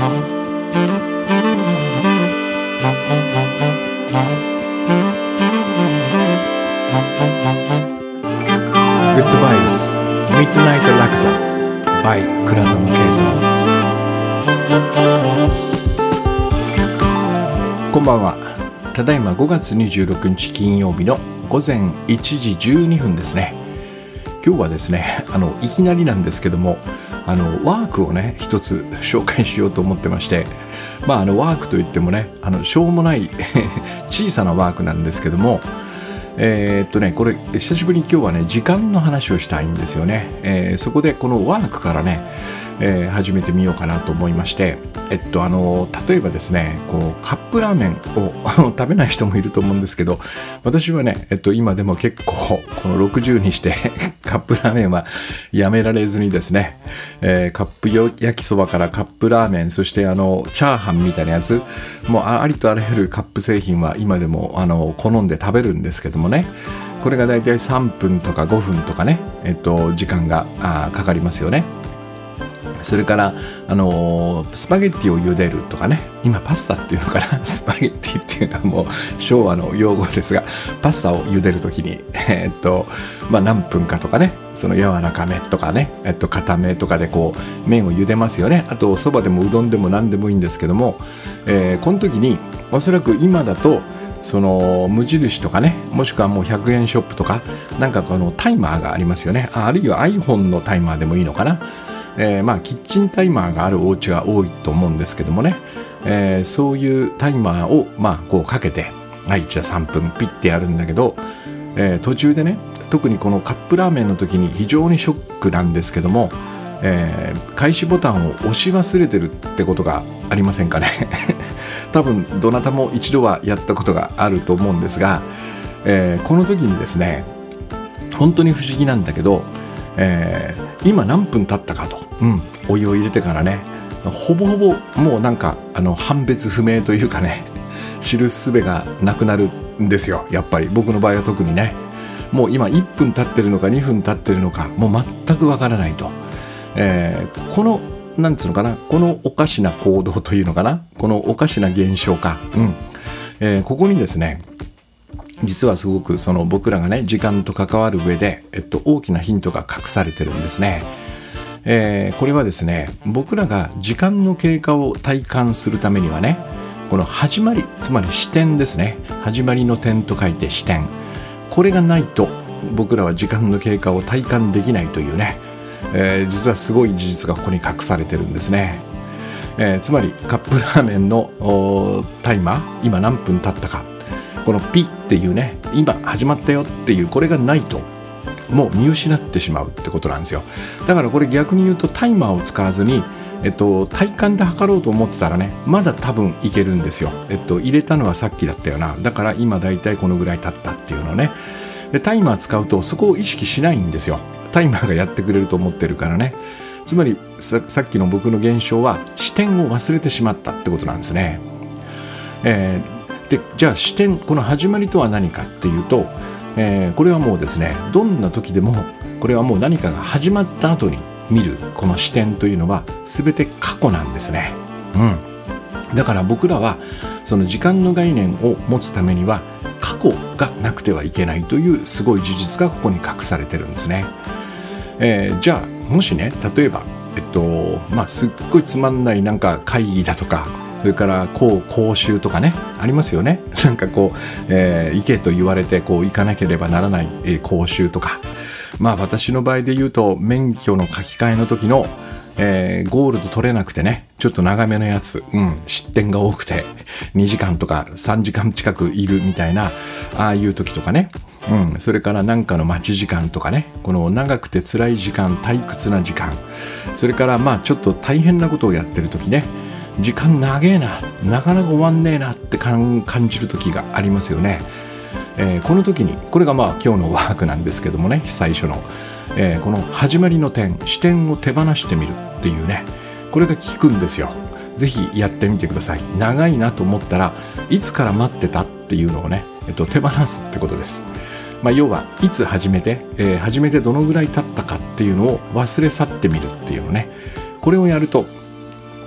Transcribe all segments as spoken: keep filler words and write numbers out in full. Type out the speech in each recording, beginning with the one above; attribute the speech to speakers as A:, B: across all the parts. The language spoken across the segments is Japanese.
A: グッドバイブスミッドナイトラクザ by 倉園慶三。こんばんは。ただいまごがつにじゅうろくにち金曜日のごぜんいちじじゅうにふんですね。今日はですね、あのいきなりなんですけども、あのワークをね一つ紹介しようと思ってまして、まああのワークといってもね、あのしょうもない小さなワークなんですけども、えー、っとねこれ久しぶりに今日はね時間の話をしたいんですよね。えー、そこでこのワークからね、えー、始めてみようかなと思いまして、えっとあの例えばですね、こうカップラーメンを食べない人もいると思うんですけど、私はね、えっと今でも結構このろくじゅうにしてカップラーメンはやめられずにですね、えー、カップ焼きそばからカップラーメン、そしてあのチャーハンみたいなやつ、もうありとあらゆるカップ製品は今でもあの好んで食べるんですけどもね、これがだいたいさんぷんとかごふんとかね、えっと時間があかかりますよね。それから、あのー、スパゲッティを茹でるとかね、今パスタっていうのかな、スパゲッティっていうのはもう昭和の用語ですが、パスタを茹でるときに、えー、っとまあ、何分かとかね、その柔らかめとかね、えっと固めとかでこう麺を茹でますよね。あとそばでもうどんでも何でもいいんですけども、えー、この時におそらく今だとその無印とかね、もしくはもうひゃくえんショップとかなんかこのタイマーがありますよね。 あ, あるいは iPhone のタイマーでもいいのかな。えー、まあキッチンタイマーがあるお家が多いと思うんですけどもね、えー、そういうタイマーをまあこうかけて、はい、じゃあさんぷんピッてやるんだけど、えー、途中でね、特にこのカップラーメンの時に非常にショックなんですけども、えー、開始ボタンを押し忘れてるってことがありませんかね多分どなたも一度はやったことがあると思うんですが、えー、この時にですね、本当に不思議なんだけど、えー、今何分経ったかと、うん、お湯を入れてからね、ほぼほぼもうなんかあの判別不明というかね、知る術がなくなるんですよ。やっぱり僕の場合は特にね、もう今いっぷん経ってるのかにふん経ってるのかもう全くわからないと、えー、このなんつうのかな、このおかしな行動というのかな、このおかしな現象か、うんえー、ここにですね、実はすごくその僕らがね時間と関わる上で、えっと、大きなヒントが隠されてるんですね。えー、これはですね、僕らが時間の経過を体感するためにはね、この始まり、つまり視点ですね、始まりの点と書いて視点、これがないと僕らは時間の経過を体感できないというね、えー、実はすごい事実がここに隠されてるんですね。えー、つまりカップラーメンのタイマー、今何分経ったか、このピっていうね、今始まったよっていうこれがないともう見失ってしまうってことなんですよ。だからこれ逆に言うとタイマーを使わずに、えっと、体感で測ろうと思ってたらね、まだ多分いけるんですよ。えっと、入れたのはさっきだったよな、だから今だいたいこのぐらい経ったっていうのね。でタイマー使うとそこを意識しないんですよ。タイマーがやってくれると思ってるからね。つまり さ, さっきの僕の現象は視点を忘れてしまったってことなんですね。えーでじゃあ視点、この始まりとは何かっていうと、えー、これはもうですね、どんな時でもこれはもう何かが始まった後に見るこの視点というのは全て過去なんですね。うん、だから僕らはその時間の概念を持つためには過去がなくてはいけないというすごい事実がここに隠されてるんですね。えー、じゃあもしね、例えばえっとまあすっごいつまんないなんか会議だとか、それからこう講習とかね、ありますよね。なんかこう、えー、行けと言われてこう行かなければならない、えー、講習とか、まあ私の場合で言うと免許の書き換えの時の、えー、ゴールド取れなくてね、ちょっと長めのやつ、うん、失点が多くてにじかんとかさんじかん近くいるみたいな、ああいう時とかね、うん、それからなんかの待ち時間とかね、この長くて辛い時間、退屈な時間、それからまあちょっと大変なことをやってる時ね、時間長えな、なかなか終わんねえなって感じる時がありますよね。えー、この時に、これがまあ今日のワークなんですけどもね、最初の、えー、この始まりの点、視点を手放してみるっていうね、これが効くんですよ。ぜひやってみてください。長いなと思ったらいつから待ってたっていうのをね、えっと、手放すってことです。まあ、要はいつ始めて、えー、始めてどのぐらい経ったかっていうのを忘れ去ってみるっていうのね、これをやると一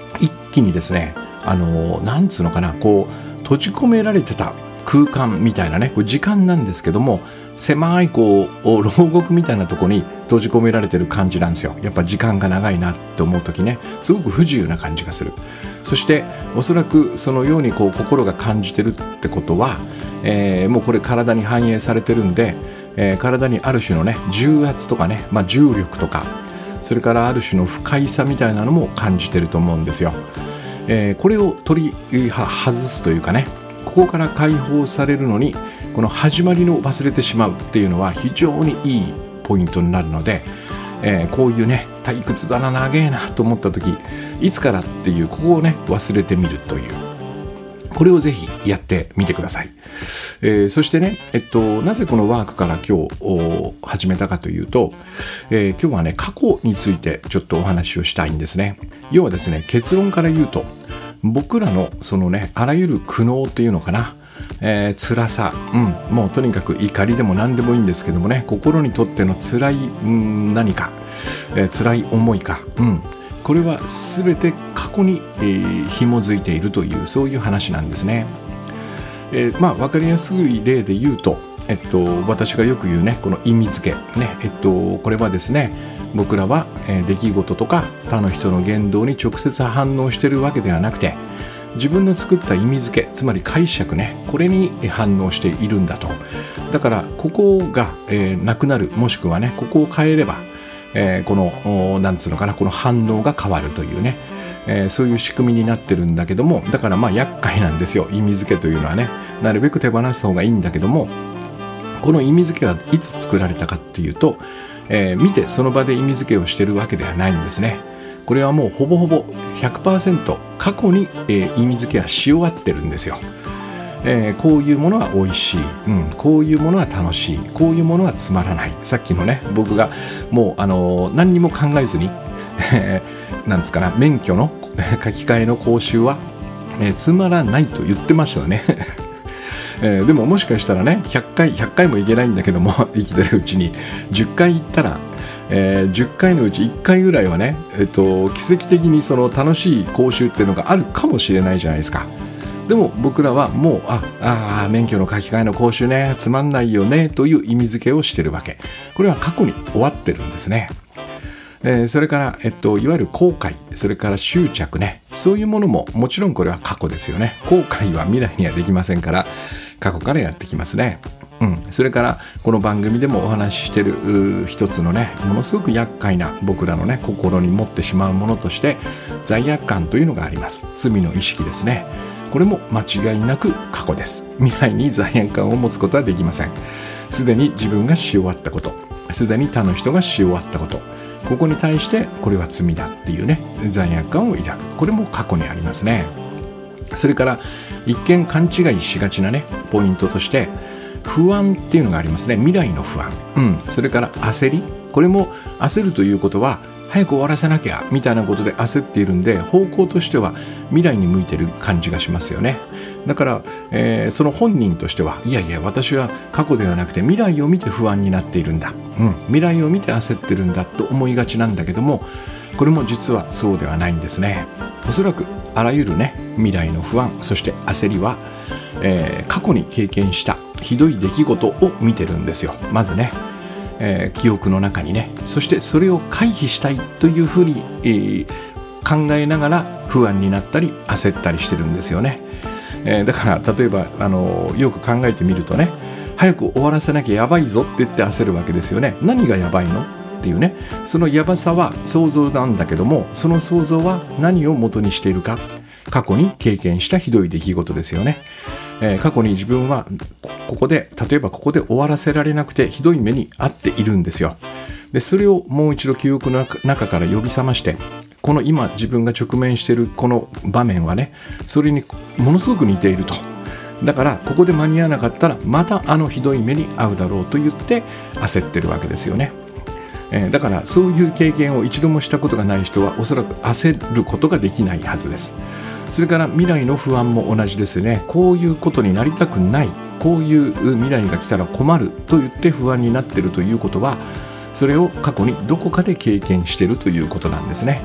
A: 気にですね、あのなんつうのかな、こう閉じ込められてた空間みたいなね、こう時間なんですけども、狭いこう牢獄みたいなところに閉じ込められてる感じなんですよ。やっぱ時間が長いなって思う時ね、すごく不自由な感じがする。そしておそらくそのようにこう心が感じてるってことは、えー、もうこれ体に反映されてるんで、えー、体にある種のね重圧とかね、まあ、重力とか、それからある種の不快さみたいなのも感じてると思うんですよ。えー、これを取り外すというかね、ここから解放されるのにこの始まりの忘れてしまうっていうのは非常にいいポイントになるので、えー、こういうね退屈だな長えなと思った時、いつからっていうここをね忘れてみるという、これをぜひやってみてください。えー、そしてね、えっと、なぜこのワークから今日始めたかというと、えー、今日はね過去についてちょっとお話をしたいんですね。要はですね、結論から言うと、僕らのそのねあらゆる苦悩っていうのかな、えー、辛さ、うん、もうとにかく怒りでも何でもいいんですけどもね、心にとっての辛い、うん、何か、えー、辛い思いか、うん、これは全て過去に、えー、紐づいているという、そういう話なんですね。えー、まあ分かりやすい例で言うと、えっと、私がよく言うねこの意味付け、ね、えっと、これはですね、僕らは、えー、出来事とか他の人の言動に直接反応しているわけではなくて、自分の作った意味付け、つまり解釈ね、これに反応しているんだと。だからここが、えー、なくなる、もしくはねここを変えれば、えー、このなんつうのかな、この反応が変わるというね、えー、そういう仕組みになってるんだけども、だからまあ厄介なんですよ、意味付けというのはね。なるべく手放した方がいいんだけども、この意味付けはいつ作られたかっていうと、えー、見てその場で意味付けをしてるわけではないんですね。これはもうほぼほぼ ひゃくパーセント 過去に、えー、意味付けはし終わってるんですよ。えー、こういうものは美味しい、うん、こういうものは楽しい、こういうものはつまらない。さっきのね、僕がもう、あのー、何にも考えずになんつかな、免許の書き換えの講習は、えー、つまらないと言ってましたよね。えー、でももしかしたらね、ひゃっかいひゃっかいもいけないんだけども、生きてるうちにじゅっかい行ったら、えー、じゅっかいのうちいっかいぐらいはね、えっと、奇跡的にその楽しい講習っていうのがあるかもしれないじゃないですか。でも僕らはもうああ免許の書き換えの講習ね、つまんないよねという意味付けをしてるわけ。これは過去に終わってるんですね。えー、それから、えっと、いわゆる後悔、それから執着ね、そういうものももちろんこれは過去ですよね。後悔は未来にはできませんから、過去からやってきますね。うん、それからこの番組でもお話ししている一つのね、ものすごく厄介な僕らのね心に持ってしまうものとして罪悪感というのがあります。罪の意識ですね。これも間違いなく過去です。未来に罪悪感を持つことはできません。すでに自分がし終わったこと、すでに他の人がし終わったこと、ここに対してこれは罪だっていうね罪悪感を抱く、これも過去にありますね。それから一見勘違いしがちなねポイントとして不安っていうのがありますね。未来の不安、うん、それから焦り、これも焦るということは早く終わらせなきゃみたいなことで焦っているんで、方向としては未来に向いてる感じがしますよね。だから、えー、その本人としてはいやいや私は過去ではなくて未来を見て不安になっているんだ、うん、未来を見て焦ってるんだと思いがちなんだけども、これも実はそうではないんですね。おそらくあらゆるね未来の不安、そして焦りは、えー、過去に経験したひどい出来事を見てるんですよ。まずね、えー、記憶の中にね、そしてそれを回避したいというふうに、えー、考えながら不安になったり焦ったりしてるんですよね。えー、だから例えばあのー、よく考えてみるとね、早く終わらせなきゃやばいぞって言って焦るわけですよね。何がやばいのっていうね、そのやばさは想像なんだけども、その想像は何を元にしているか、過去に経験したひどい出来事ですよね。えー、過去に自分はここで例えばここで終わらせられなくてひどい目に遭っているんですよ。でそれをもう一度記憶の中から呼び覚まして、この今自分が直面しているこの場面はね、それにものすごく似ていると。だからここで間に合わなかったらまたあのひどい目に遭うだろうと言って焦ってるわけですよね。えー、だからそういう経験を一度もしたことがない人はおそらく焦ることができないはずです。それから未来の不安も同じですよね。こういうことになりたくない、こういう未来が来たら困ると言って不安になっているということは、それを過去にどこかで経験しているということなんですね。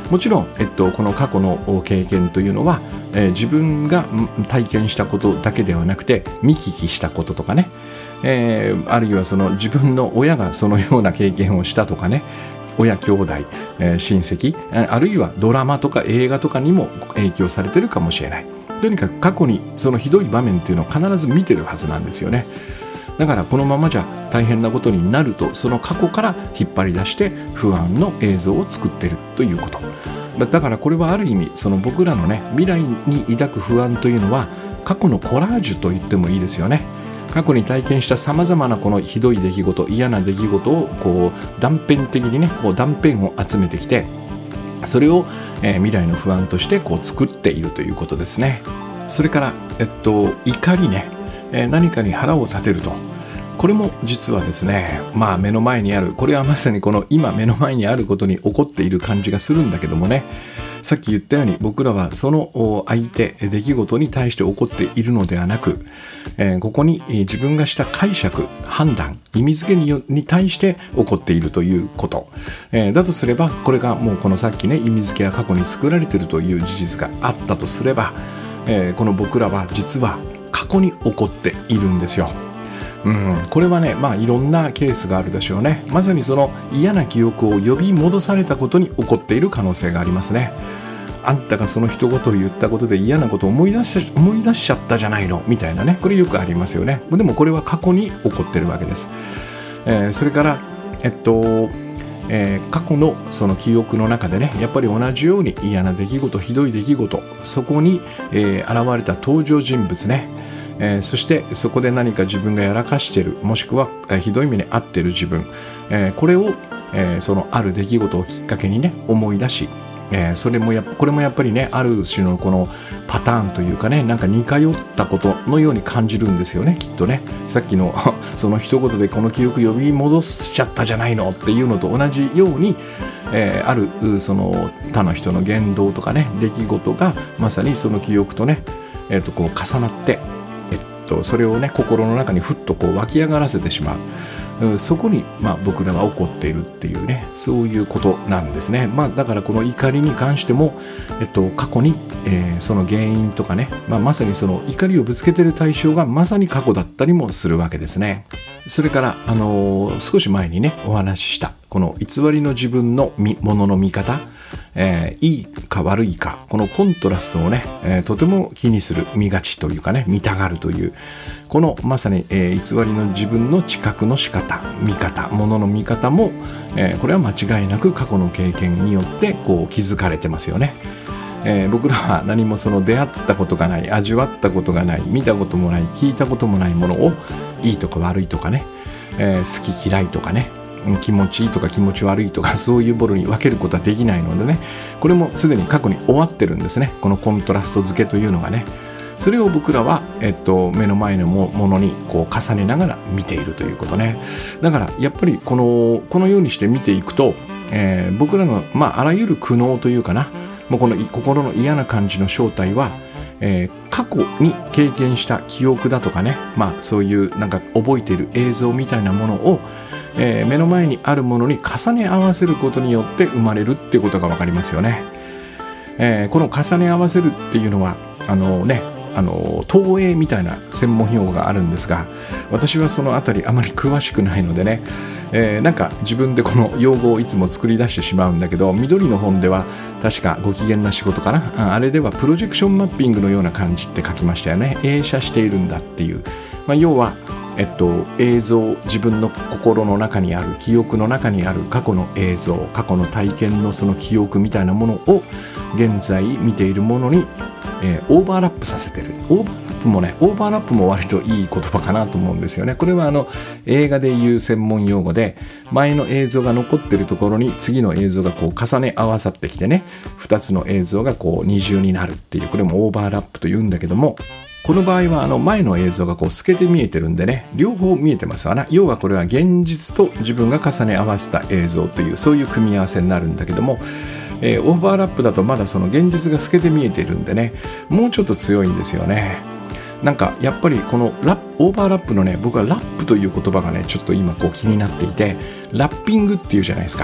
A: もちろん、えっと、この過去の経験というのは、えー、自分が体験したことだけではなくて見聞きしたこととかね、えー、あるいはその自分の親がそのような経験をしたとかね、親兄弟、えー、親戚、あるいはドラマとか映画とかにも影響されてるかもしれない。とにかく過去にそのひどい場面っていうのを必ず見てるはずなんですよね。だからこのままじゃ大変なことになると、その過去から引っ張り出して不安の映像を作っているということ。だからこれはある意味その僕らのね、未来に抱く不安というのは過去のコラージュと言ってもいいですよね。過去に体験したさまざまなこのひどい出来事、嫌な出来事をこう断片的にね、こう断片を集めてきて、それを、えー、未来の不安としてこう作っているということですね。それから、えっと、怒りね、えー、何かに腹を立てると、これも実はですね、まあ目の前にある、これはまさにこの今目の前にあることに起こっている感じがするんだけどもね、さっき言ったように僕らはその相手、出来事に対して起こっているのではなく、えー、ここに自分がした解釈、判断、意味付け に, に対して起こっているということ、えー、だとすれば、これがもうこのさっきね、意味付けは過去に作られているという事実があったとすれば、えー、この僕らは実は過去に起こっているんですよ。うん、これはね、まあいろんなケースがあるでしょうね。まさにその嫌な記憶を呼び戻されたことに起こっている可能性がありますね。あんたがその一言を言ったことで嫌なことを思い出し思い出しちゃったじゃないのみたいなね、これよくありますよね。でもこれは過去に起こってるわけです。えー、それからえっと、えー、過去のその記憶の中でね、やっぱり同じように嫌な出来事、ひどい出来事、そこに、えー、現れた登場人物ね、えー、そしてそこで何か自分がやらかしている、もしくは、えー、ひどい目に遭っている自分、えー、これを、えー、そのある出来事をきっかけにね思い出し、えー、それもやこれもやっぱりね、ある種のこのパターンというかね、なんか似通ったことのように感じるんですよね、きっとね。さっきのその一言でこの記憶呼び戻しちゃったじゃないのっていうのと同じように、えー、あるその他の人の言動とかね、出来事がまさにその記憶とね、えー、とこう重なって、それをね、心の中にふっとこう湧き上がらせてしまう、うん、そこに、まあ、僕らは起こっているっていうね、そういうことなんですね。まあ、だからこの怒りに関しても、えっと、過去に、えー、その原因とかね、まあ、まさにその怒りをぶつけている対象がまさに過去だったりもするわけですね。それから、あのー、少し前にねお話ししたこの偽りの自分のものの見方、えー、いいか悪いか、このコントラストをね、えー、とても気にする、見がちというかね、見たがるという、このまさに、えー、偽りの自分の知覚の仕方、見方、ものの見方も、えー、これは間違いなく過去の経験によってこう気づかれてますよね。えー、僕らは何もその出会ったことがない、味わったことがない、見たこともない、聞いたこともないものをいいとか悪いとかね、えー、好き嫌いとかね、気持ちいいとか気持ち悪いとか、そういうボロに分けることはできないのでね、これもすでに過去に終わってるんですね、このコントラスト付けというのがね。それを僕らは、えっと、目の前のものにこう重ねながら見ているということね。だからやっぱりこのこのようにして見ていくと、えー、僕らの、まあ、あらゆる苦悩というかな、もうこの心の嫌な感じの正体は、えー、過去に経験した記憶だとかね、まあ、そういうなんか覚えている映像みたいなものを、えー、目の前にあるものに重ね合わせることによって生まれるっていうことが分かりますよね。えー、この重ね合わせるっていうのはあのねあの投影みたいな専門用語があるんですが、私はそのあたりあまり詳しくないのでね、えー、なんか自分でこの用語をいつも作り出してしまうんだけど、緑の本では確かご機嫌な仕事かな、あれではプロジェクションマッピングのような感じって書きましたよね。映写しているんだっていう、まあ、要はえっと、映像、自分の心の中にある、記憶の中にある過去の映像、過去の体験のその記憶みたいなものを現在見ているものに、えー、オーバーラップさせてる。オーバーラップもね、オーバーラップも割といい言葉かなと思うんですよね。これはあの映画でいう専門用語で、前の映像が残っているところに次の映像がこう重ね合わさってきてね、ふたつの映像がこう二重になるっていう、これもオーバーラップというんだけども、この場合はあの前の映像がこう透けて見えてるんでね、両方見えてますわな。要はこれは現実と自分が重ね合わせた映像という、そういう組み合わせになるんだけども、えー、オーバーラップだとまだその現実が透けて見えているんでね、もうちょっと強いんですよね。なんかやっぱりこのラップ、オーバーラップのね、僕はラップという言葉がねちょっと今こう気になっていて、ラッピングっていうじゃないですか。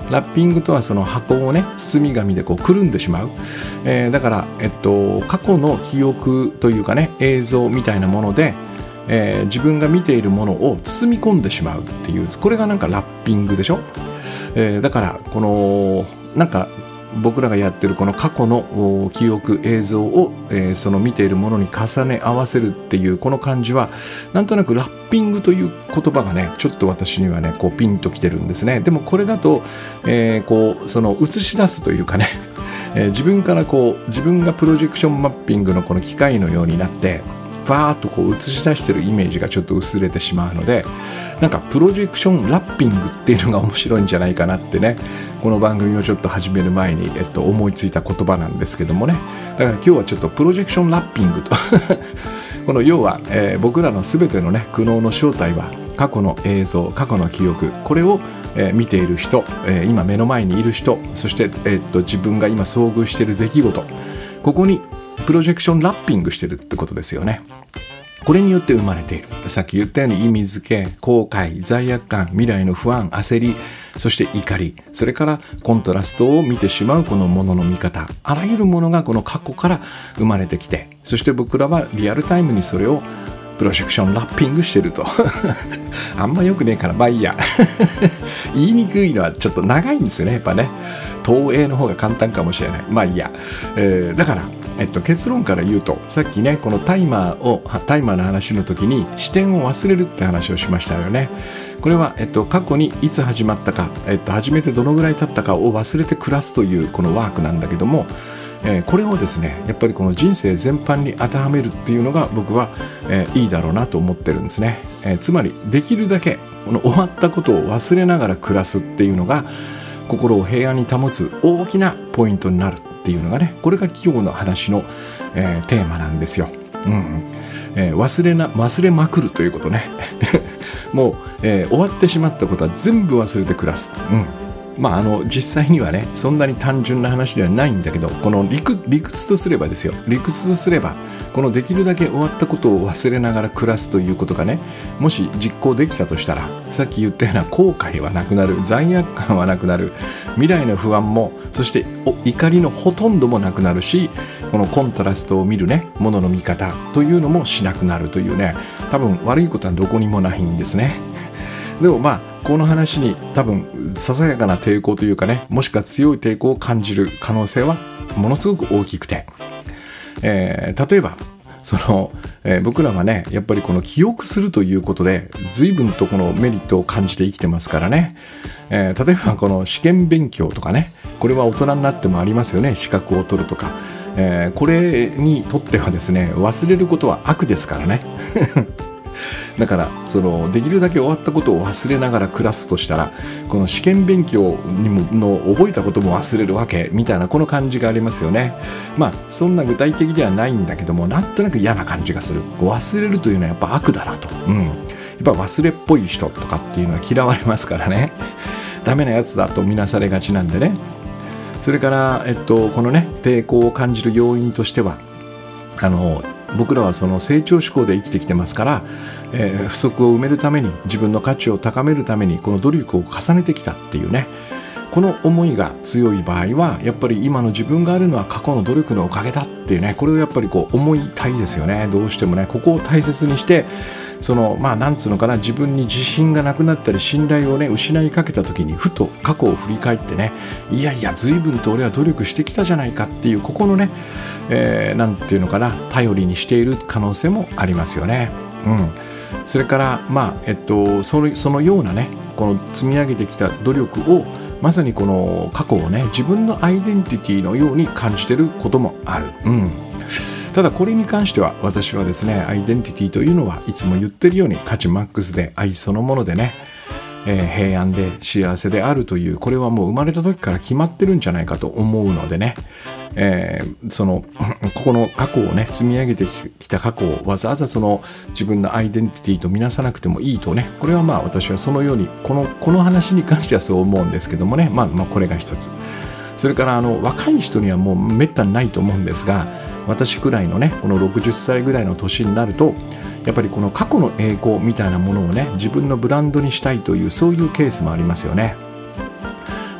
A: ラッピングとはその箱をね包み紙でこうくるんでしまう、えー、だから、えっと、過去の記憶というかね映像みたいなもので、えー、自分が見ているものを包み込んでしまうっていう、これがなんかラッピングでしょ、えー、だからこのなんか僕らがやってるこの過去の記憶映像を、えー、その見ているものに重ね合わせるっていうこの感じはなんとなくラッピングという言葉がねちょっと私にはねこうピンときてるんですね。でもこれだと、えー、こうその映し出すというかね、えー、自分からこう自分がプロジェクションマッピングのこの機械のようになってバーッとこう映し出してるイメージがちょっと薄れてしまうので、なんかプロジェクションラッピングっていうのが面白いんじゃないかなってね、この番組をちょっと始める前に、えっと、思いついた言葉なんですけどもね。だから今日はちょっとプロジェクションラッピングとこの要は、えー、僕らの全てのね苦悩の正体は過去の映像、過去の記憶、これを、えー、見ている人、えー、今目の前にいる人、そして、えー、っと自分が今遭遇している出来事、ここにプロジェクションラッピングしてるってことですよね。これによって生まれている、さっき言ったように意味付け、後悔、罪悪感、未来の不安、焦り、そして怒り、それからコントラストを見てしまうこのものの見方、あらゆるものがこの過去から生まれてきて、そして僕らはリアルタイムにそれをプロジェクションラッピングしてるとあんまよくねえからまあいいや言いにくいのはちょっと長いんですよね、やっぱね。東映の方が簡単かもしれない。まあいいや、えー、だから、えっと、結論から言うと、さっきねこのタイマーをタイマーの話の時に視点を忘れるって話をしましたよね。これは、えっと、過去にいつ始まったか、えっと、始めてどのぐらい経ったかを忘れて暮らすというこのワークなんだけども、えー、これをですねやっぱりこの人生全般に当てはめるっていうのが僕は、えー、いいだろうなと思ってるんですね。えー、つまりできるだけこの終わったことを忘れながら暮らすっていうのが心を平安に保つ大きなポイントになるっていうのがね、これが今日の話の、えー、テーマなんですよ。うんえー、忘れな忘れまくるということねもう、えー、終わってしまったことは全部忘れて暮らす。うんまあ、あの実際にはねそんなに単純な話ではないんだけど、この 理, 理屈とすればですよ理屈とすればこのできるだけ終わったことを忘れながら暮らすということがね、もし実行できたとしたら、さっき言ったような後悔はなくなる、罪悪感はなくなる、未来の不安も、そして怒りのほとんどもなくなるし、このコントラストを見るねものの見方というのもしなくなるというね、多分悪いことはどこにもないんですね。でもまあこの話に多分ささやかな抵抗というかね、もしくは強い抵抗を感じる可能性はものすごく大きくて、えー、例えばその、えー、僕らはねやっぱりこの記憶するということで随分とこのメリットを感じて生きてますからね、えー、例えばこの試験勉強とかね、これは大人になってもありますよね。資格を取るとか、えー、これにとってはですね忘れることは悪ですからねだからそのできるだけ終わったことを忘れながら暮らすとしたら、この試験勉強にもの覚えたことも忘れるわけみたいなこの感じがありますよね。まあそんな具体的ではないんだけども、なんとなく嫌な感じがする。忘れるというのはやっぱ悪だなと、うん、やっぱ忘れっぽい人とかっていうのは嫌われますからねダメなやつだと見なされがちなんでね。それから、えっと、このね抵抗を感じる要因としては、あの僕らはその成長志向で生きてきてますから、えー、不足を埋めるために、自分の価値を高めるためにこの努力を重ねてきたっていうね、この思いが強い場合はやっぱり今の自分があるのは過去の努力のおかげだっていうね、これをやっぱりこう思いたいですよね。どうしてもねここを大切にして、そのまあなんつうのかな、自分に自信がなくなったり信頼をね失いかけた時にふと過去を振り返ってね、いやいや随分と俺は努力してきたじゃないかっていうここのね、えー、なんていうのかな、頼りにしている可能性もありますよね。うん、それからまあえっとその、そのようなねこの積み上げてきた努力をまさにこの過去をね自分のアイデンティティのように感じていることもある。うん、ただこれに関しては私はですね、アイデンティティというのはいつも言ってるように価値マックスで愛そのものでね、えー、平安で幸せであるという、これはもう生まれた時から決まってるんじゃないかと思うのでね、えー、そのここの過去をね積み上げてきた過去をわざわざその自分のアイデンティティと見なさなくてもいいとね、これはまあ私はそのようにこのこの話に関してはそう思うんですけどもね、まあ、まあこれが一つ。それからあの若い人にはもうめったにないと思うんですが、私くらいのねこのろくじゅっさいぐらいの年になるとやっぱりこの過去の栄光みたいなものをね自分のブランドにしたいという、そういうケースもありますよね。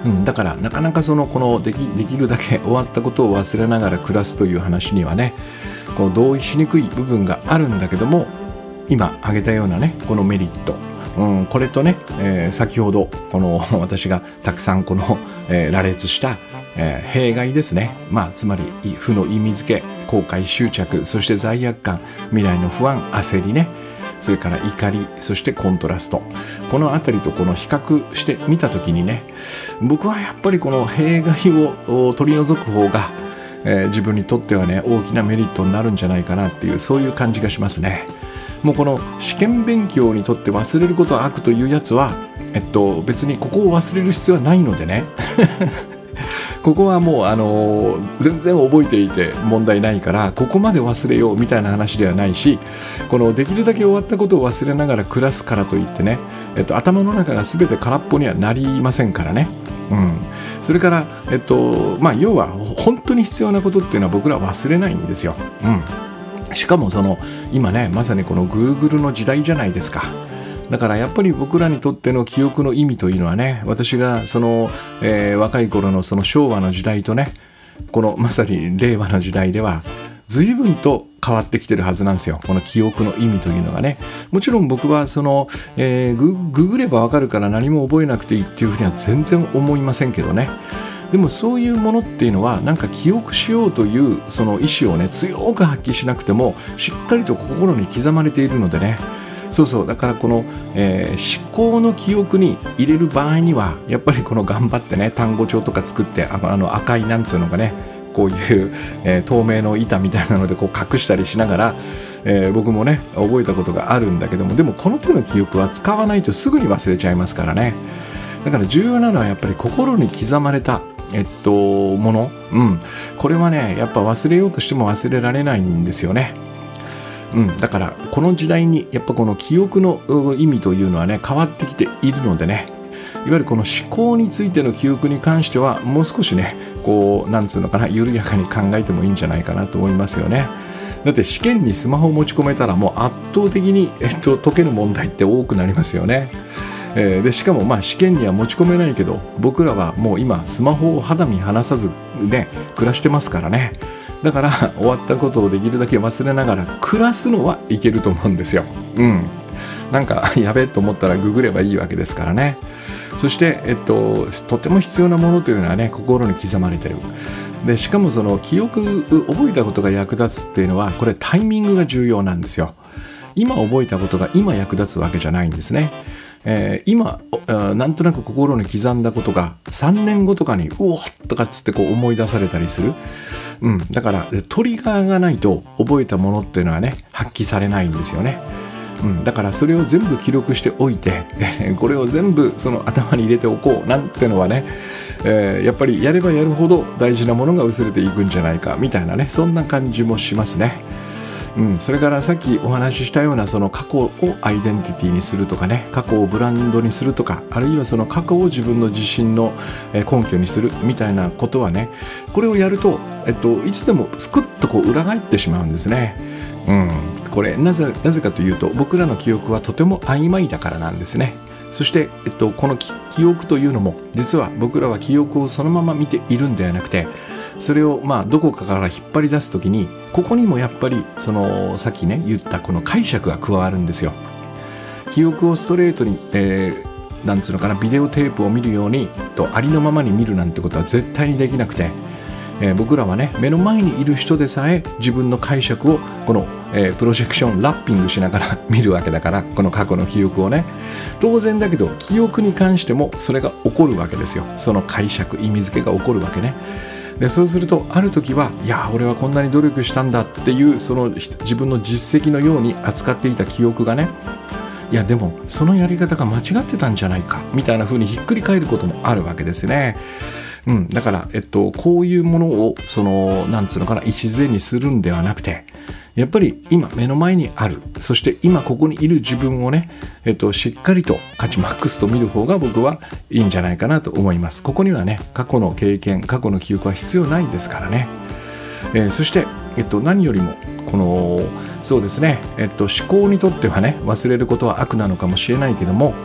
A: うん、だからなかなかそのこのでき、できるだけ終わったことを忘れながら暮らすという話にはね、こう同意しにくい部分があるんだけども、今挙げたようなねこのメリット、うん、これとね、えー、先ほどこの私がたくさんこの、えー、羅列した、えー、弊害ですね、まあ、つまり負の意味付け、後悔執着、そして罪悪感、未来の不安、焦りね、それから怒り、そしてコントラスト、このあたりとこの比較してみたときにね、僕はやっぱりこの弊害を取り除く方が、えー、自分にとってはね大きなメリットになるんじゃないかなっていう、そういう感じがしますね。もうこの試験勉強にとって忘れることは悪というやつは、えっと、別にここを忘れる必要はないのでねここはもう、あのー、全然覚えていて問題ないからここまで忘れようみたいな話ではないし、このできるだけ終わったことを忘れながら暮らすからといってね、えっと、頭の中が全て空っぽにはなりませんからね。うん、それから、えっとまあ、要は本当に必要なことっていうのは僕らは忘れないんですよ。うんしかもその今ねまさにこの Google の時代じゃないですか。だからやっぱり僕らにとっての記憶の意味というのはね、私がその、えー、若い頃のその昭和の時代とね、このまさに令和の時代では随分と変わってきてるはずなんですよ。この記憶の意味というのがね。もちろん僕はその、えー、グ, ググればわかるから何も覚えなくていいっていうふうには全然思いませんけどね。でもそういうものっていうのはなんか記憶しようというその意思をね強く発揮しなくてもしっかりと心に刻まれているのでね。そうそうだからこの、えー、思考の記憶に入れる場合にはやっぱりこの頑張ってね単語帳とか作ってあのあの赤いなんつうのがねこういう、えー、透明の板みたいなのでこう隠したりしながら、えー、僕もね覚えたことがあるんだけども、でもこの手の記憶は使わないとすぐに忘れちゃいますからね。だから重要なのはやっぱり心に刻まれたえっともの、うん、これはねやっぱ忘れようとしても忘れられないんですよね。うん、だからこの時代にやっぱこの記憶の意味というのはね変わってきているのでね、いわゆるこの思考についての記憶に関してはもう少しねこうなんつうのかな緩やかに考えてもいいんじゃないかなと思いますよね。だって試験にスマホを持ち込めたらもう圧倒的に、えっと、解ける問題って多くなりますよね。えー、でしかもまあ試験には持ち込めないけど僕らはもう今スマホを肌身離さずね暮らしてますからね。だから終わったことをできるだけ忘れながら暮らすのはいけると思うんですよ。うんなんかやべえと思ったらググればいいわけですからね。そして、えっと、とても必要なものというのはね心に刻まれてる。でしかもその記憶覚えたことが役立つっていうのはこれタイミングが重要なんですよ。今覚えたことが今役立つわけじゃないんですね。えー、今なんとなく心に刻んだことがさんねんごとかにうおっとかっつってこう思い出されたりする。うん、だからトリガーがないと覚えたものっていうのはね発揮されないんですよね。うん、だからそれを全部記録しておいてこれを全部その頭に入れておこうなんてのはね、えー、やっぱりやればやるほど大事なものが薄れていくんじゃないかみたいなねそんな感じもしますね。うん、それからさっきお話ししたようなその過去をアイデンティティにするとかね過去をブランドにするとかあるいはその過去を自分の自信の根拠にするみたいなことはねこれをやると、えっと、いつでもスクッとこう裏返ってしまうんですね。うん、これなぜ、なぜかというと僕らの記憶はとても曖昧だからなんですね。そして、えっと、この記憶というのも実は僕らは記憶をそのまま見ているんではなくてそれをまあどこかから引っ張り出すときにここにもやっぱりそのさっきね言ったこの解釈が加わるんですよ。記憶をストレートに、えー、なんつうのかなビデオテープを見るようにとありのままに見るなんてことは絶対にできなくて、えー、僕らはね目の前にいる人でさえ自分の解釈をこの、えー、プロジェクションラッピングしながら見るわけだから、この過去の記憶をね当然だけど記憶に関してもそれが起こるわけですよ。その解釈意味付けが起こるわけね。でそうするとある時はいや俺はこんなに努力したんだっていうその自分の実績のように扱っていた記憶がねいやでもそのやり方が間違ってたんじゃないかみたいな風にひっくり返ることもあるわけですね。うん、だから、えっと、こういうものをそのなんつうのかな礎にするんではなくてやっぱり今目の前にあるそして今ここにいる自分をね、えっと、しっかりと価値マックスと見る方が僕はいいんじゃないかなと思います。ここにはね過去の経験過去の記憶は必要ないですからね。えー、そして、えっと、何よりもこのそうですね、えっと、思考にとってはね忘れることは悪なのかもしれないけども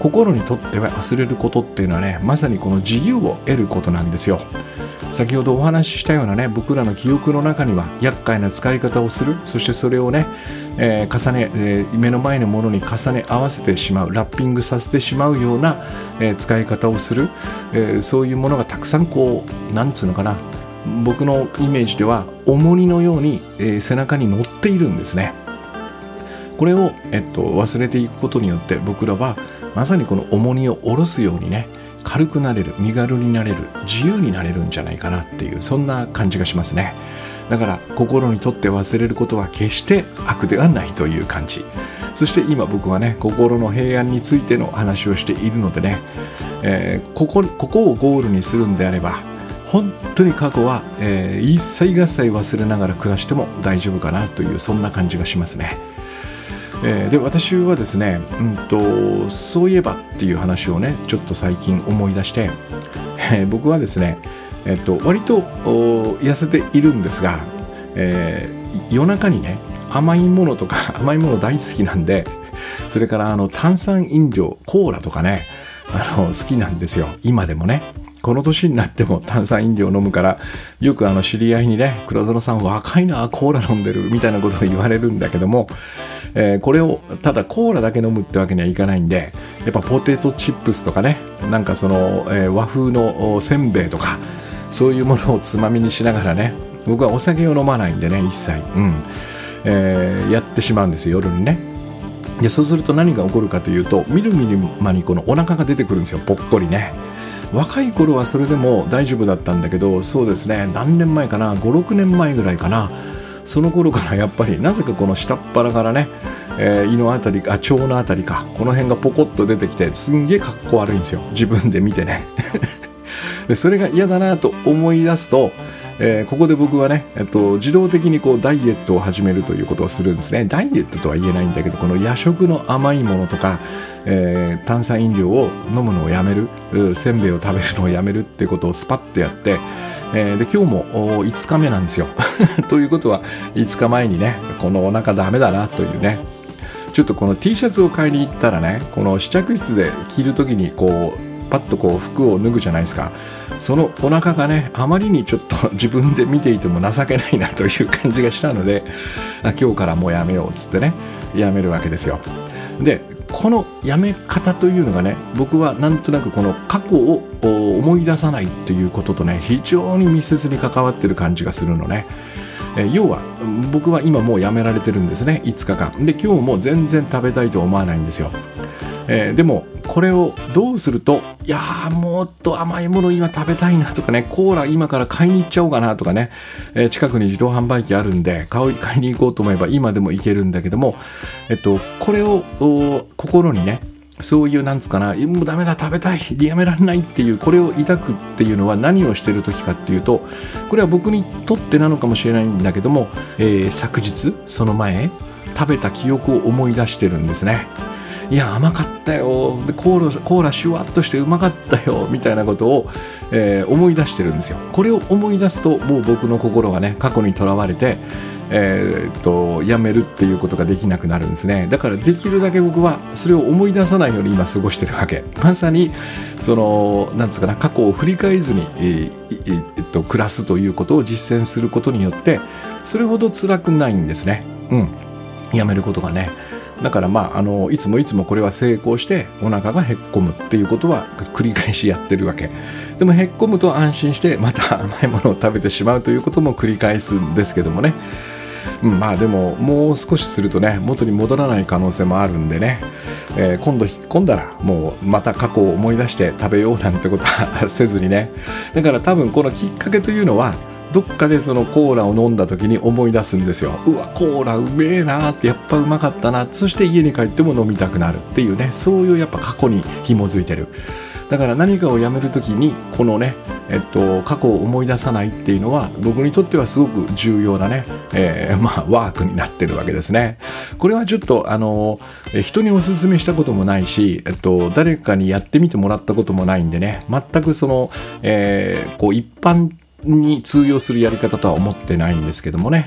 A: 心にとっては忘れることっていうのはね、まさにこの自由を得ることなんですよ。先ほどお話ししたようなね、僕らの記憶の中には厄介な使い方をする、そしてそれをね、えー、重ね、えー、目の前のものに重ね合わせてしまう、ラッピングさせてしまうような、えー、使い方をする、えー、そういうものがたくさんこう、なんつうのかな、僕のイメージでは重荷のように、えー、背中に乗っているんですね。これを、えっと、忘れていくことによって僕らはまさにこの重荷を下ろすようにね、軽くなれる、身軽になれる、自由になれるんじゃないかなっていう、そんな感じがしますね。だから心にとって忘れることは決して悪ではないという感じ。そして今僕はね、心の平安についての話をしているのでね、えー、ここ、ここをゴールにするんであれば本当に過去は、えー、一切合切忘れながら暮らしても大丈夫かなという、そんな感じがしますね。えー、で私はですね、うんと、そういえばっていう話をね、ちょっと最近思い出して、えー、僕はですね、えー、と割と痩せているんですが、えー、夜中にね、甘いものとか甘いもの大好きなんで、それからあの炭酸飲料、コーラとかね、あの好きなんですよ。今でもね、この年になっても炭酸飲料を飲むから、よくあの知り合いにね、黒園さん若いな、コーラ飲んでるみたいなことを言われるんだけども、えー、これをただコーラだけ飲むってわけにはいかないんで、やっぱポテトチップスとかね、なんかその、えー、和風のせんべいとか、そういうものをつまみにしながらね、僕はお酒を飲まないんでね、一切、うんえー、やってしまうんですよ、夜にね。でそうすると何が起こるかというと、みるみる間にこのお腹が出てくるんですよ、ぽっこりね。若い頃はそれでも大丈夫だったんだけど、そうですね、何年前かな、ごろくねんまえぐらいかな、その頃からやっぱりなぜかこの下っ腹からね、えー、胃のあたりか腸のあたりか、この辺がポコッと出てきて、すんげえかっこ悪いんですよ、自分で見てねでそれが嫌だなと思い出すと、えー、ここで僕はね、えっと、自動的にこうダイエットを始めるということをするんですね。ダイエットとは言えないんだけど、この夜食の甘いものとか、えー、炭酸飲料を飲むのをやめる、せんべいを食べるのをやめるってことをスパッとやって、えー、で今日もいつかめなんですよということはいつかまえにね、このお腹ダメだなというね、ちょっとこの T シャツを買いに行ったらね、この試着室で着るときにこうパッとこう服を脱ぐじゃないですか。そのお腹がね、あまりにちょっと自分で見ていても情けないなという感じがしたので、あ今日からもうやめようっつってね、やめるわけですよ。でこのやめ方というのがね、僕はなんとなくこの過去を思い出さないということとね、非常に密接に関わってる感じがするのね。え要は僕は今もうやめられてるんですね、いつかかんで。今日も全然食べたいと思わないんですよ。えー、でもこれをどうすると、いやーもっと甘いもの今食べたいなとかね、コーラ今から買いに行っちゃおうかなとかね、えー、近くに自動販売機あるんで買い、買いに行こうと思えば今でも行けるんだけども、えっとこれを心にね、そういうなんつうかな、もうダメだ食べたいやめられないっていう、これを抱くっていうのは何をしてる時かっていうと、これは僕にとってなのかもしれないんだけども、えー、昨日その前食べた記憶を思い出してるんですね。いや甘かったよ、でコーラ、コーラシュワッとしてうまかったよみたいなことを、えー、思い出してるんですよ。これを思い出すともう僕の心がね、過去にとらわれて、えー、っとやめるっていうことができなくなるんですね。だからできるだけ僕はそれを思い出さないように今過ごしてるわけ。まさにそのなんつうかな、過去を振り返ずに、えーえー、っと暮らすということを実践することによって、それほど辛くないんですね。うんやめることがね。だからまあ、あのいつもいつもこれは成功してお腹がへっこむっていうことは繰り返しやってるわけでも、へっこむと安心してまた甘いものを食べてしまうということも繰り返すんですけどもね、うん、まあでももう少しするとね、元に戻らない可能性もあるんでね、えー、今度引っ込んだらもうまた過去を思い出して食べようなんてことはせずにね。だから多分このきっかけというのは、どっかでそのコーラを飲んだ時に思い出すんですよ。うわコーラうめえなって、やっぱうまかったな、そして家に帰っても飲みたくなるっていうね、そういうやっぱ過去に紐づいてる。だから何かをやめる時にこのね、えっと、過去を思い出さないっていうのは僕にとってはすごく重要なね、えー、まあワークになってるわけですね。これはちょっとあの人にお勧めしたこともないし、えっと、誰かにやってみてもらったこともないんでね、全くその、えー、こう一般に通用するやり方とは思ってないんですけどもね。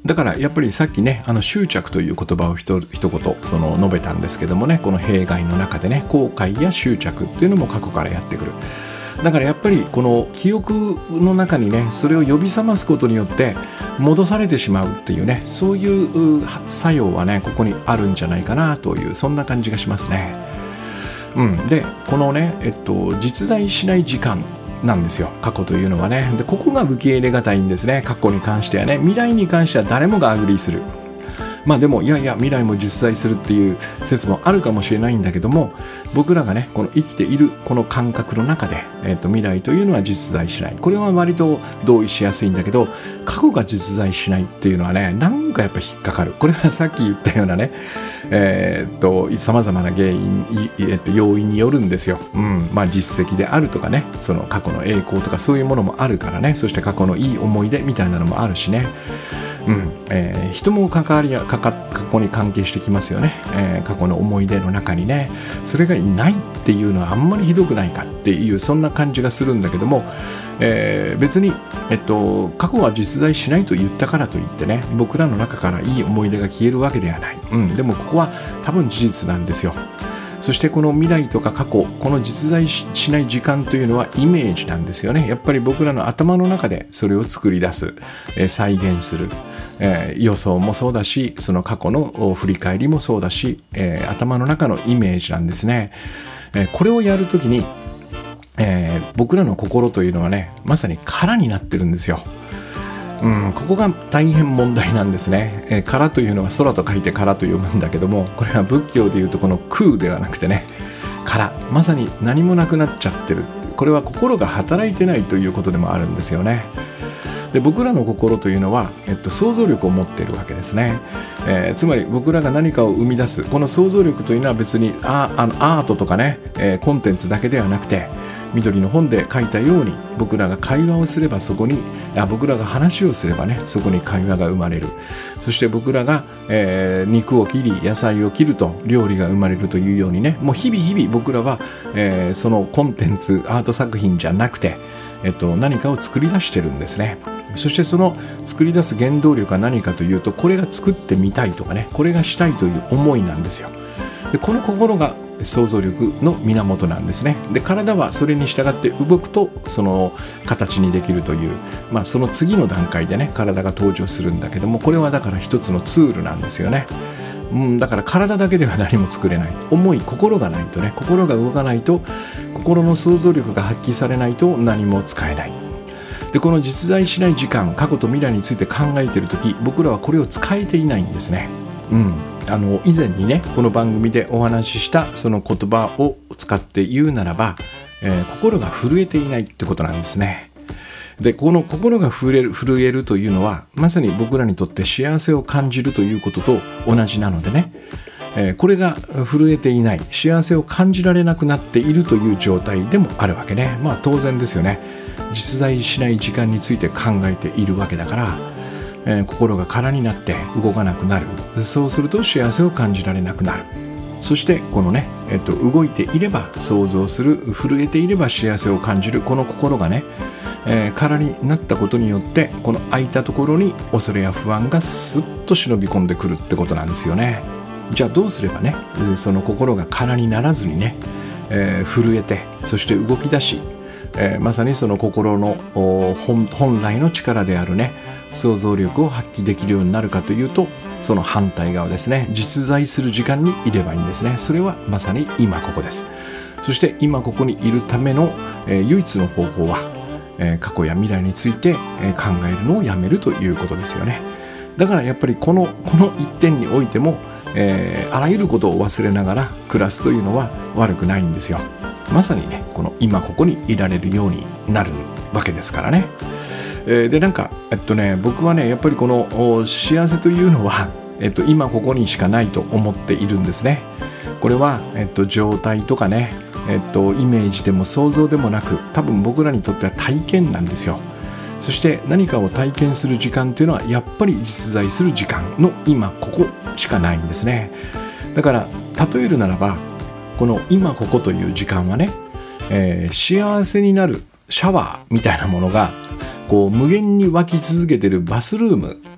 A: だからやっぱりさっきねあの執着という言葉をひと一言その述べたんですけどもね、この弊害の中でね後悔や執着っていうのも過去からやってくる。だからやっぱりこの記憶の中にねそれを呼び覚ますことによって戻されてしまうっていうね、そういう作用はねここにあるんじゃないかなという、そんな感じがしますね。うん、でこのね、えっと、実在しない時間なんですよ、過去というのはね。でここが受け入れがたいんですね。過去に関してはね、未来に関しては誰もがアグリーする。まあでもいやいや未来も実在するっていう説もあるかもしれないんだけども、僕らがねこの生きているこの感覚の中で、えー、と未来というのは実在しない、これは割と同意しやすいんだけど、過去が実在しないっていうのはねなんかやっぱ引っかかる。これはさっき言ったようなねえー、っとさまざまな原因、えー、っと要因によるんですよ。うん、まあ実績であるとかね、その過去の栄光とかそういうものもあるからね、そして過去のいい思い出みたいなのもあるしね。うんえー、人も関わりかか過去に関係してきますよね、えー、過去の思い出の中にねそれがいないっていうのはあんまりひどくないかっていう、そんな感じがするんだけども、えー、別に、えっと、過去は実在しないと言ったからといってね僕らの中からいい思い出が消えるわけではない、うん、でもここは多分事実なんですよ。そしてこの未来とか過去、この実在しない時間というのはイメージなんですよね。やっぱり僕らの頭の中でそれを作り出す、えー、再現する、えー、予想もそうだし、その過去の振り返りもそうだし、えー、頭の中のイメージなんですね。えー、これをやるときに、えー、僕らの心というのはねまさに殻になってるんですよ。うん、ここが大変問題なんですね。えー、殻というのは空と書いて殻と呼ぶんだけども、これは仏教でいうとこの空ではなくてね殻、まさに何もなくなっちゃってる。これは心が働いてないということでもあるんですよね。で僕らの心というのは、えっと、想像力を持っているわけですね。えー、つまり僕らが何かを生み出すこの想像力というのは別にアあのアートとかね、えー、コンテンツだけではなくて、緑の本で書いたように僕らが会話をすればそこにあ僕らが話をすればねそこに会話が生まれる。そして僕らが、えー、肉を切り野菜を切ると料理が生まれるというようにね、もう日々日々僕らは、えー、そのコンテンツアート作品じゃなくて、えっと、何かを作り出してるんですね。そしてその作り出す原動力は何かというと、これが作ってみたいとかね、これがしたいという思いなんですよ。でこの心が想像力の源なんですね。で体はそれに従って動くとその形にできるという、まあ、その次の段階でね体が登場するんだけども、これはだから一つのツールなんですよね。うん、だから体だけでは何も作れない。思い心がないとね、心が動かないと、心の想像力が発揮されないと何も使えない。でこの実在しない時間、過去と未来について考えているとき、僕らはこれを使えていないんですね。うん、あの以前にねこの番組でお話ししたその言葉を使って言うならば、えー、心が震えていないってことなんですね。でこの心が震える、震えるというのはまさに僕らにとって幸せを感じるということと同じなのでね、えー、これが震えていない、幸せを感じられなくなっているという状態でもあるわけね。まあ当然ですよね。実在しない時間について考えているわけだから、えー、心が空になって動かなくなる。そうすると幸せを感じられなくなる。そしてこのね、えっと、動いていれば想像する、震えていれば幸せを感じる、この心がね、えー、空になったことによってこの空いたところに恐れや不安がスッと忍び込んでくるってことなんですよね。じゃあどうすればねその心が空にならずにね、えー、震えてそして動き出し、えー、まさにその心の 本, 本来の力であるね想像力を発揮できるようになるかというと、その反対側ですね、実在する時間にいればいいんですね。それはまさに今ここです。そして今ここにいるための、えー、唯一の方法は、えー、過去や未来について、えー、考えるのをやめるということですよね。だからやっぱりこのこの一点においても、えー、あらゆることを忘れながら暮らすというのは悪くないんですよ。まさにねこの今ここにいられるようになるわけですからね。えー、でなんかえっとね僕はねやっぱりこの幸せというのは、えっと、今ここにしかないと思っているんですね。これは、えっと、状態とかね、えっと、イメージでも想像でもなく、多分僕らにとっては体験なんですよ。そして何かを体験する時間というのはやっぱり実在する時間の今ここしかないんですね。だから例えるならばこの今ここという時間はね、えー、幸せになるシャワーみたいなものがこう無限に湧き続けているバスルーム、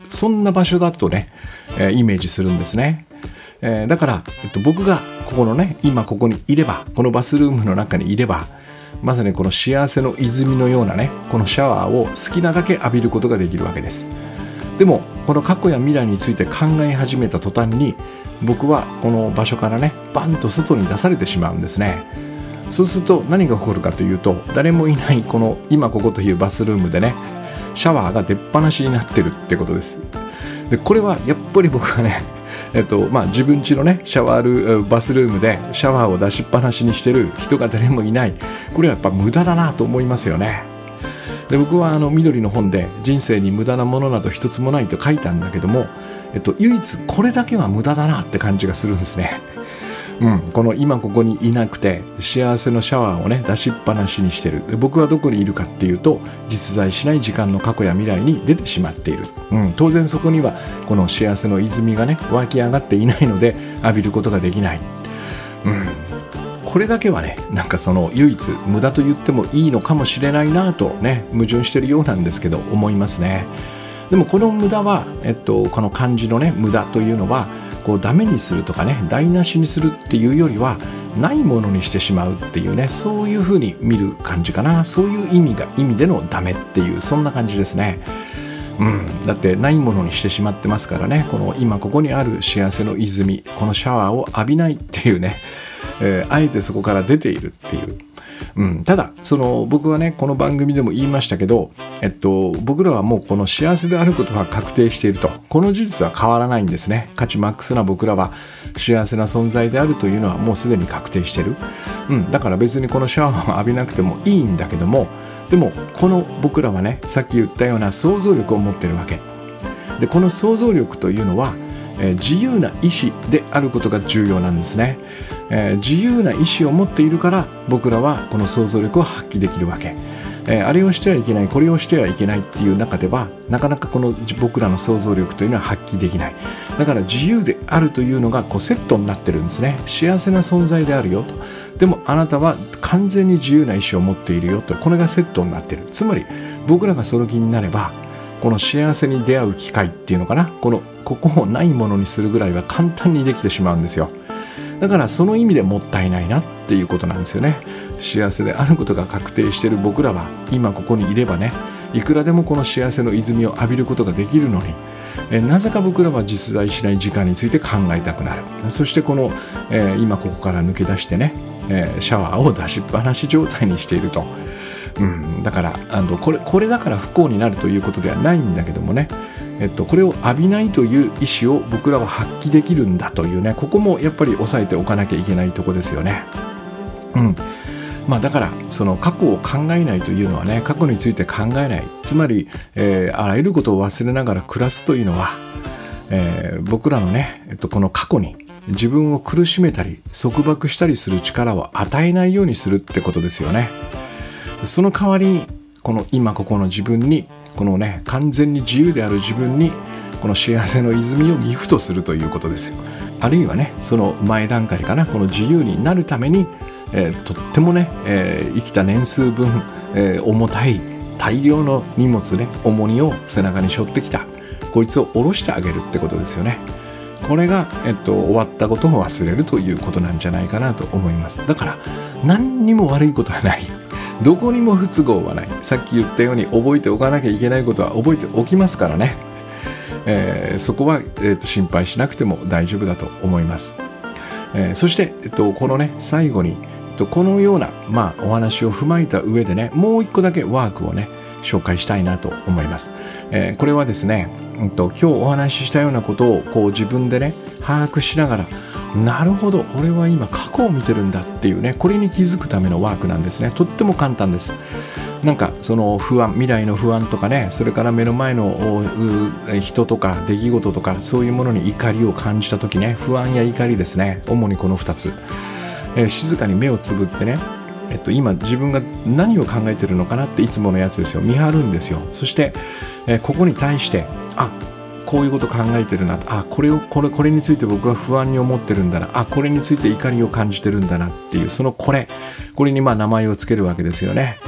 A: そんな場所だとね、えー、イメージするんですね。えー、だから、えっと、僕がここのね今ここにいれば、このバスルームの中にいれば、まさにこの幸せの泉のようなねこのシャワーを好きなだけ浴びることができるわけです。でもこの過去や未来について考え始めた途端に、僕はこの場所からねバンと外に出されてしまうんですね。そうすると何が起こるかというと、誰もいないこの今ここというバスルームでねシャワーが出っ放しになってるってことです。でこれはやっぱり僕はねえっとまあ、自分家のねシャワールバスルームでシャワーを出しっぱなしにしてる人が誰もいない、これはやっぱ無駄だなと思いますよね。で僕はあの緑の本で人生に無駄なものなど一つもないと書いたんだけども、えっと、唯一これだけは無駄だなって感じがするんですね。うん、この今ここにいなくて幸せのシャワーをね出しっぱなしにしてる。で僕はどこにいるかっていうと、実在しない時間の過去や未来に出てしまっている。うん、当然そこにはこの幸せの泉がね湧き上がっていないので浴びることができない。うん、これだけはねなんかその唯一無駄と言ってもいいのかもしれないなとね矛盾してるようなんですけど思いますね。でもこの無駄は、えっと、この漢字のね無駄というのはこうダメにするとかね台無しにするっていうよりはないものにしてしまうっていうね、そういうふうに見る感じかな。そういう意味が意味でのダメっていう、そんな感じですね。うん、だってないものにしてしまってますからね。この今ここにある幸せの泉、このシャワーを浴びないっていうね、えー、あえてそこから出ているっていう。うん、ただその僕はねこの番組でも言いましたけど、えっと、僕らはもうこの幸せであることは確定していると。この事実は変わらないんですね。価値マックスな僕らは幸せな存在であるというのはもうすでに確定している。うん、だから別にこのシャワーを浴びなくてもいいんだけども、でもこの僕らはねさっき言ったような想像力を持っているわけで、この想像力というのは、えー、自由な意志であることが重要なんですね。えー、自由な意志を持っているから僕らはこの想像力を発揮できるわけ。えー、あれをしてはいけない、これをしてはいけないっていう中ではなかなかこの僕らの想像力というのは発揮できない。だから自由であるというのがこうセットになってるんですね。幸せな存在であるよと。でもあなたは完全に自由な意志を持っているよと。これがセットになってる。つまり僕らがその気になればこの幸せに出会う機会っていうのかな、このここをないものにするぐらいは簡単にできてしまうんですよ。だからその意味でもったいないなっていうことなんですよね。幸せであることが確定している僕らは今ここにいればね、いくらでもこの幸せの泉を浴びることができるのに、えなぜか僕らは実在しない時間について考えたくなる。そしてこの、えー、今ここから抜け出してね、えー、シャワーを出しっぱなし状態にしていると。うん、だからあのこれ、これだから不幸になるということではないんだけどもね、えっと、これを浴びないという意思を僕らは発揮できるんだというね、ここもやっぱり押さえておかなきゃいけないとこですよね。うんまあ、だからその過去を考えないというのはね、過去について考えない、つまり、えー、あらゆることを忘れながら暮らすというのは、えー、僕らのね、えっと、この過去に自分を苦しめたり束縛したりする力を与えないようにするってことですよね。その代わりにこの今ここの自分に、このね完全に自由である自分にこの幸せの泉をギフトするということですよ。あるいはねその前段階かな、この自由になるために、えー、とってもね、えー、生きた年数分、えー、重たい大量の荷物ね、重荷を背中に背負ってきたこいつを下ろしてあげるってことですよね。これが、えっと、終わったことを忘れるということなんじゃないかなと思います。だから何にも悪いことはない、どこにも不都合はない。さっき言ったように覚えておかなきゃいけないことは覚えておきますからね、えー、そこは、えーと、心配しなくても大丈夫だと思います。えー、そして、えっと、このね最後に、えっと、このような、まあ、お話を踏まえた上でね、もう一個だけワークをね紹介したいなと思います。えー、これはですね、うんと、今日お話ししたようなことをこう自分でね把握しながら、なるほど俺は今過去を見てるんだっていうね、これに気づくためのワークなんですね。とっても簡単です。なんかその不安、未来の不安とかね、それから目の前の人とか出来事とかそういうものに怒りを感じた時ね、不安や怒りですね、主にこのふたつ、えー、静かに目をつぶってね、えっと、今自分が何を考えてるのかなっていつものやつですよ、見張るんですよ。そして、えー、ここに対してあこういうこと考えてるな、あこれをこれこれについて僕は不安に思ってるんだな、あこれについて怒りを感じてるんだなっていう、そのこれこれにまあ名前をつけるわけですよね。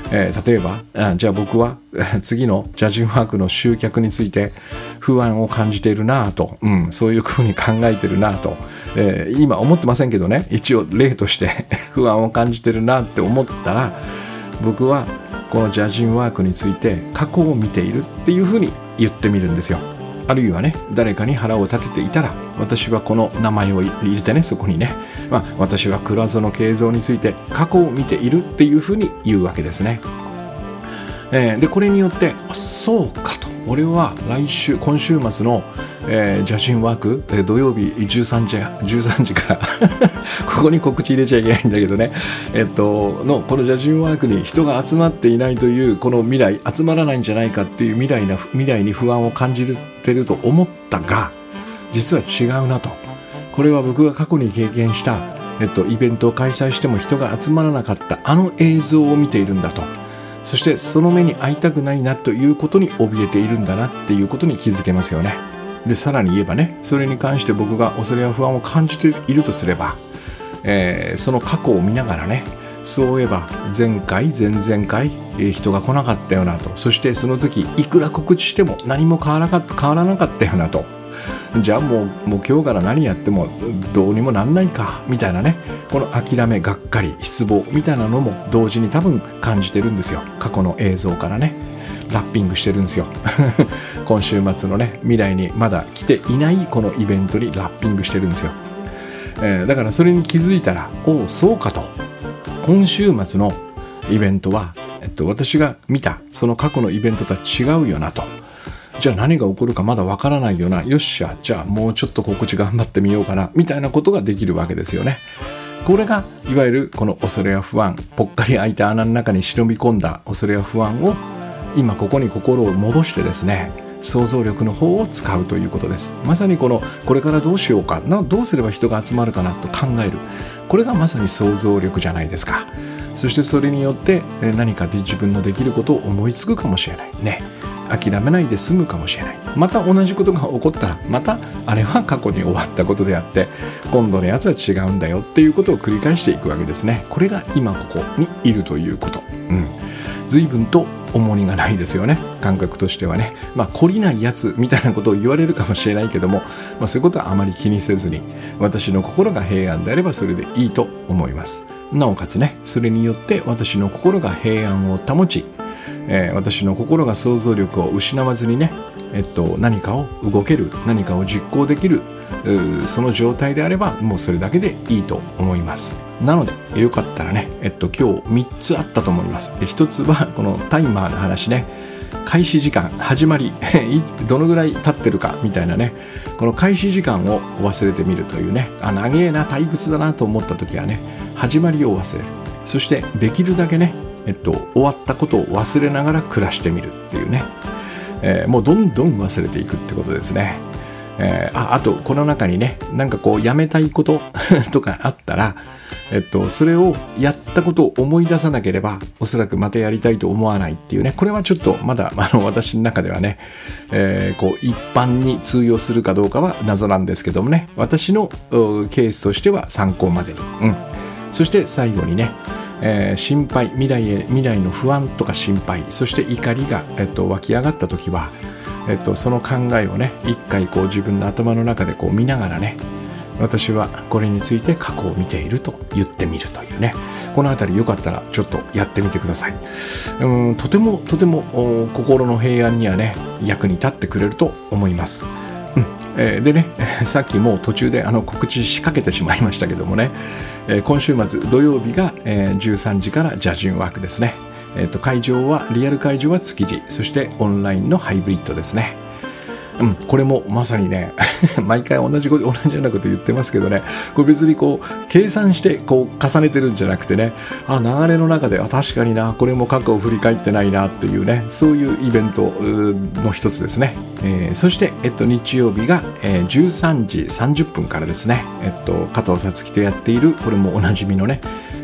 A: えー、例えばあじゃあ僕は次のジャジンワークの集客について不安を感じているなと、うん、そういうふうに考えてるなと、えー、今思ってませんけどね、一応例として不安を感じてるなって思ったら、僕はこのジャジンワークについて過去を見ているっていうふうに言ってみるんですよ。あるいはね、誰かに腹を立てていたら、私はこの名前を入れてね、そこにね、まあ、私は倉園慶三について過去を見ているっていうふうに言うわけですね。えー、でこれによってそうかと、俺は来週今週末の、えー、ジャジンワーク、えー、土曜日じゅうさんじからここに告知入れちゃいけないんだけどね、えっとのこのジャジンワークに人が集まっていないというこの未来、集まらないんじゃないかっていう未来な未来に不安を感じてると思ったが、実は違うなと。これは僕が過去に経験した、えっと、イベントを開催しても人が集まらなかったあの映像を見ているんだと。そしてその目に会いたくないなということに怯えているんだなっていうことに気づけますよね。でさらに言えばね、それに関して僕が恐れや不安を感じているとすれば、えー、その過去を見ながらね、そういえば前回前々回、えー、人が来なかったよなと、そしてその時いくら告知しても何も変わらなかった、変わらなかったよなと、じゃあもう、もう今日から何やってもどうにもなんないかみたいなね、この諦め、がっかり、失望みたいなのも同時に多分感じてるんですよ。過去の映像からねラッピングしてるんですよ今週末のね、未来にまだ来ていないこのイベントにラッピングしてるんですよ。えー、だからそれに気づいたら、おおそうかと、今週末のイベントは、えっと、私が見たその過去のイベントとは違うよなと。じゃあ何が起こるかまだわからないよな、よっしゃ、じゃあもうちょっと告知頑張ってみようかなみたいなことができるわけですよね。これがいわゆるこの恐れや不安、ぽっかり開いた穴の中に忍び込んだ恐れや不安を今ここに心を戻してですね、想像力の方を使うということです。まさにこのこれからどうしようかな、どうすれば人が集まるかなと考える、これがまさに想像力じゃないですか。そしてそれによって何かで自分のできることを思いつくかもしれないね。諦めないで済むかもしれない。また同じことが起こったら、またあれは過去に終わったことであって、今度のやつは違うんだよっていうことを繰り返していくわけですね。これが今ここにいるということ。うん。随分と重荷がないですよね、感覚としてはね。まあ懲りないやつみたいなことを言われるかもしれないけども、まあ、そういうことはあまり気にせずに、私の心が平安であればそれでいいと思います。なおかつね、それによって私の心が平安を保ち、えー、私の心が想像力を失わずにね、えっと、何かを動ける、何かを実行できる、その状態であればもうそれだけでいいと思います。なのでよかったらね、えっと、今日みっつあったと思います。ひとつはこのタイマーの話ね、開始時間、始まりどのぐらい経ってるかみたいなね、この開始時間を忘れてみるというね、あ、長えな、退屈だなと思った時はね、始まりを忘れる。そしてできるだけね、えっと、終わったことを忘れながら暮らしてみるっていうね、えー、もうどんどん忘れていくってことですね。えー、あ, あとこの中にね、なんかこうやめたいこととかあったら、えっと、それをやったことを思い出さなければおそらくまたやりたいと思わないっていうね、これはちょっとまだあの私の中ではね、えー、こう一般に通用するかどうかは謎なんですけどもね、私のケースとしては参考までに、うん、そして最後にね、えー、心配、未来へ未来の不安とか心配、そして怒りが、えっと、湧き上がった時は、えっと、その考えをね、一回こう自分の頭の中でこう見ながらね、私はこれについて過去を見ていると言ってみるというね、このあたりよかったらちょっとやってみてください。うん、とてもとても心の平安にはね、役に立ってくれると思います。うんえー、でね、さっきもう途中であの告知しかけてしまいましたけどもね、えー、今週末土曜日が、えー、じゅうさんじからジャジンワークですね。えー、と会場はリアル会場は築地、そしてオンラインのハイブリッドですね。うん、これもまさにね毎回同じこと同じようなこと言ってますけどね、これ別にこう計算してこう重ねてるんじゃなくてね、あ、流れの中であ確かにな、これも過去を振り返ってないなっていうね、そういうイベントの一つですね。えー、そして、えっと、日曜日が、えー、じゅうさんじさんじゅっぷんからですね、えっと、加藤さつきとやっている、これもおなじみのね、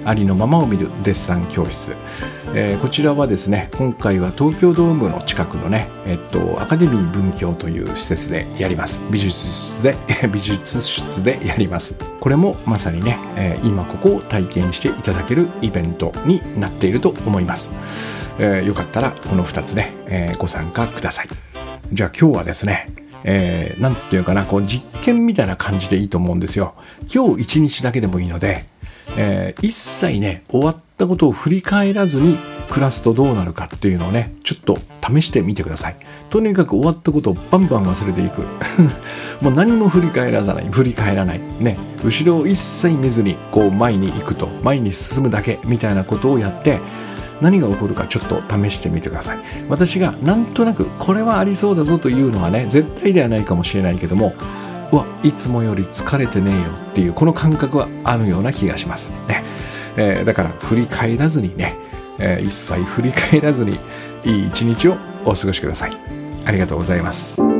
A: ありのままを見るデッサン教室、えー、こちらはですね、今回は東京ドームの近くのね、えっと、アカデミー文教という施設でやります。美術室で美術室でやります。これもまさにね、えー、今ここを体験していただけるイベントになっていると思います。えー、よかったらこのふたつね、えー、ご参加ください。じゃあ今日はですね、えー、なんていうかな、こう実験みたいな感じでいいと思うんですよ。今日一日だけでもいいので、えー、一切ね終わったことを振り返らずに暮らすとどうなるかっていうのをね、ちょっと試してみてください。とにかく終わったことをバンバン忘れていくもう何も振り返らない振り返らないね、後ろを一切見ずにこう前に行くと、前に進むだけみたいなことをやって、何が起こるかちょっと試してみてください。私がなんとなくこれはありそうだぞというのはね、絶対ではないかもしれないけども、うわ、いつもより疲れてねえよっていうこの感覚はあるような気がしますね。えー、だから振り返らずにね、えー、一切振り返らずにいい一日をお過ごしください。ありがとうございます。